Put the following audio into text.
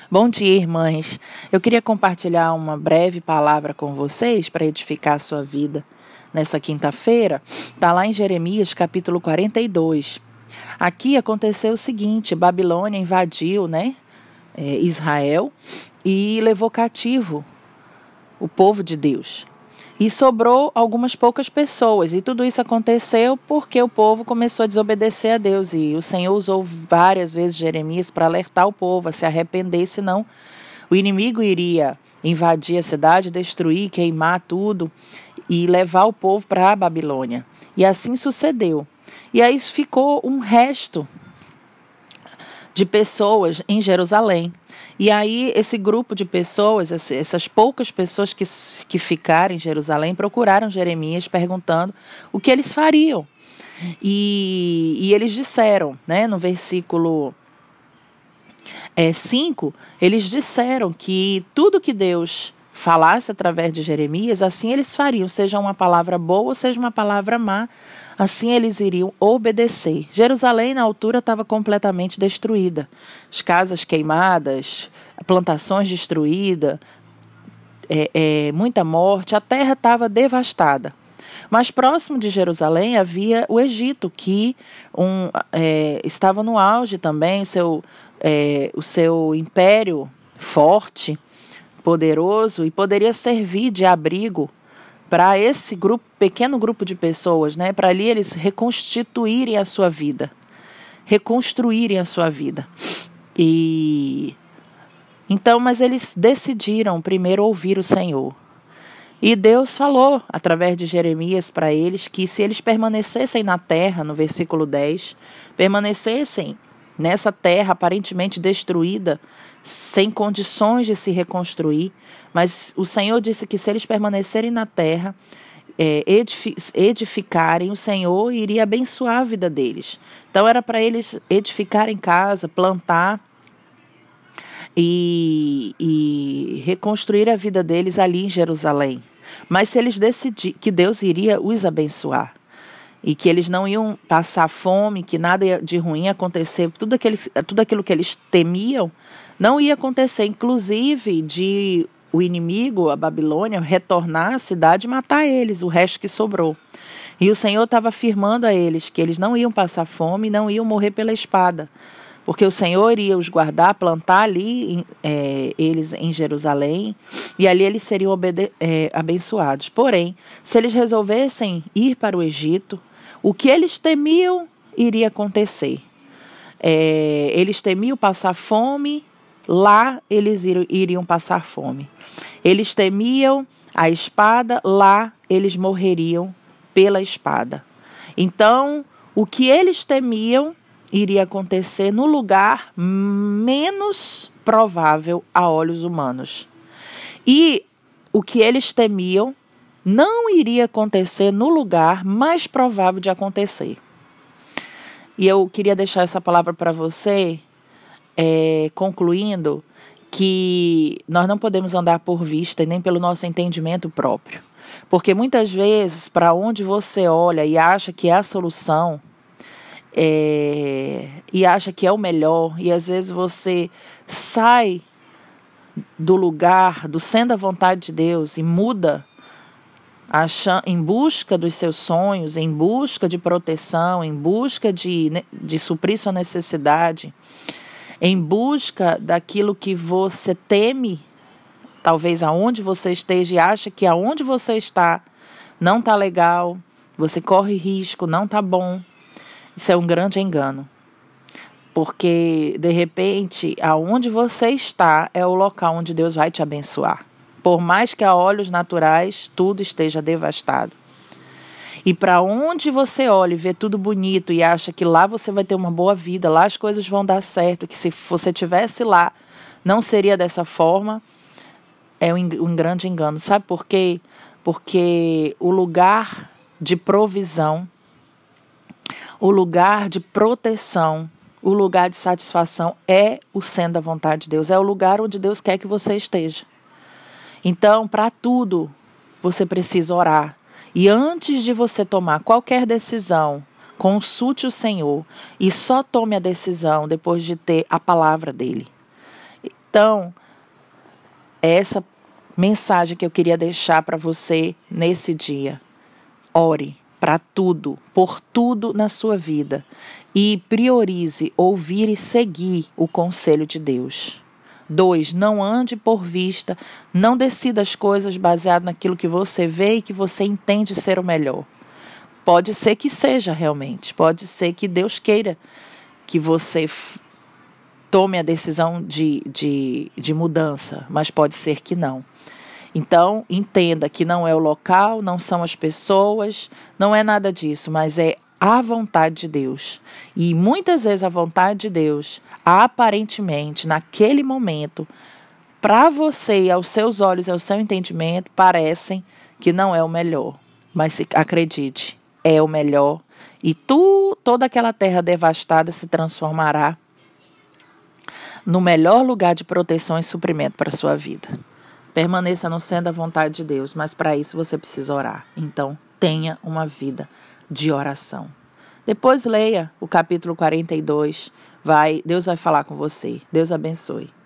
Bom dia, irmãs. Eu queria compartilhar uma breve palavra com vocês para edificar a sua vida nessa quinta-feira. Está lá em Jeremias, capítulo 42. Aqui aconteceu o seguinte: Babilônia invadiu, Israel e levou cativo o povo de Deus. E sobrou algumas poucas pessoas. E tudo isso aconteceu porque o povo começou a desobedecer a Deus. E o Senhor usou várias vezes Jeremias para alertar o povo a se arrepender, senão o inimigo iria invadir a cidade, destruir, queimar tudo e levar o povo para a Babilônia. E assim sucedeu. E aí ficou um resto de pessoas em Jerusalém. E aí esse grupo de pessoas, essas poucas pessoas que ficaram em Jerusalém, procuraram Jeremias perguntando o que eles fariam. E eles disseram, no versículo 5, eles disseram que tudo que Deus falasse através de Jeremias, assim eles fariam, seja uma palavra boa ou seja uma palavra má, assim eles iriam obedecer. Jerusalém, na altura, estava completamente destruída. As casas queimadas, plantações destruídas, muita morte, a terra estava devastada. Mas próximo de Jerusalém havia o Egito, que estava no auge também, o seu império forte, poderoso, e poderia servir de abrigo para esse pequeno grupo de pessoas, para ali eles reconstituírem a sua vida, reconstruírem a sua vida. Mas eles decidiram primeiro ouvir o Senhor. E Deus falou, através de Jeremias, para eles, que se eles permanecessem na terra, no versículo 10, permanecessem nessa terra aparentemente destruída, sem condições de se reconstruir, mas o Senhor disse que se eles permanecerem na terra, edificarem, o Senhor iria abençoar a vida deles. Então era para eles edificarem casa, plantar e reconstruir a vida deles ali em Jerusalém. Mas se eles decidirem que Deus iria os abençoar e que eles não iam passar fome, que nada de ruim ia acontecer, tudo aquilo que eles temiam não ia acontecer, inclusive de o inimigo, a Babilônia, retornar à cidade e matar eles, o resto que sobrou. E o Senhor estava afirmando a eles que eles não iam passar fome e não iam morrer pela espada, porque o Senhor iria os guardar, plantar ali eles em Jerusalém, e ali eles seriam abençoados. Porém, se eles resolvessem ir para o Egito, o que eles temiam iria acontecer. Eles temiam passar fome, lá eles iriam passar fome. Eles temiam a espada, lá eles morreriam pela espada. Então, o que eles temiam iria acontecer no lugar menos provável a olhos humanos. E o que eles temiam não iria acontecer no lugar mais provável de acontecer. E eu queria deixar essa palavra para você, concluindo que nós não podemos andar por vista e nem pelo nosso entendimento próprio. Porque muitas vezes, para onde você olha e acha que é a solução, e acha que é o melhor, e às vezes você sai do lugar, do centro da vontade de Deus e muda, em busca dos seus sonhos, em busca de proteção, em busca de suprir sua necessidade, em busca daquilo que você teme, talvez aonde você esteja e acha que aonde você está não está legal, você corre risco, não está bom. Isso é um grande engano, porque de repente aonde você está é o local onde Deus vai te abençoar. Por mais que a olhos naturais tudo esteja devastado. E para onde você olha e vê tudo bonito e acha que lá você vai ter uma boa vida, lá as coisas vão dar certo, que se você estivesse lá não seria dessa forma, é um grande engano. Sabe por quê? Porque o lugar de provisão, o lugar de proteção, o lugar de satisfação é o centro da vontade de Deus, é o lugar onde Deus quer que você esteja. Então, para tudo, você precisa orar. E antes de você tomar qualquer decisão, consulte o Senhor e só tome a decisão depois de ter a palavra dele. Então, essa mensagem que eu queria deixar para você nesse dia. Ore para tudo, por tudo na sua vida e priorize ouvir e seguir o conselho de Deus. 2, não ande por vista, não decida as coisas baseado naquilo que você vê e que você entende ser o melhor. Pode ser que seja realmente, pode ser que Deus queira que você tome a decisão de mudança, mas pode ser que não. Então, entenda que não é o local, não são as pessoas, não é nada disso, mas é a vontade de Deus. E muitas vezes a vontade de Deus, aparentemente, naquele momento, para você e aos seus olhos e ao seu entendimento, parecem que não é o melhor. Mas acredite, é o melhor. E toda aquela terra devastada se transformará no melhor lugar de proteção e suprimento para a sua vida. Permaneça no centro da vontade de Deus, mas para isso você precisa orar. Então, tenha uma vida de oração. Depois leia o capítulo 42. Deus vai falar com você. Deus abençoe.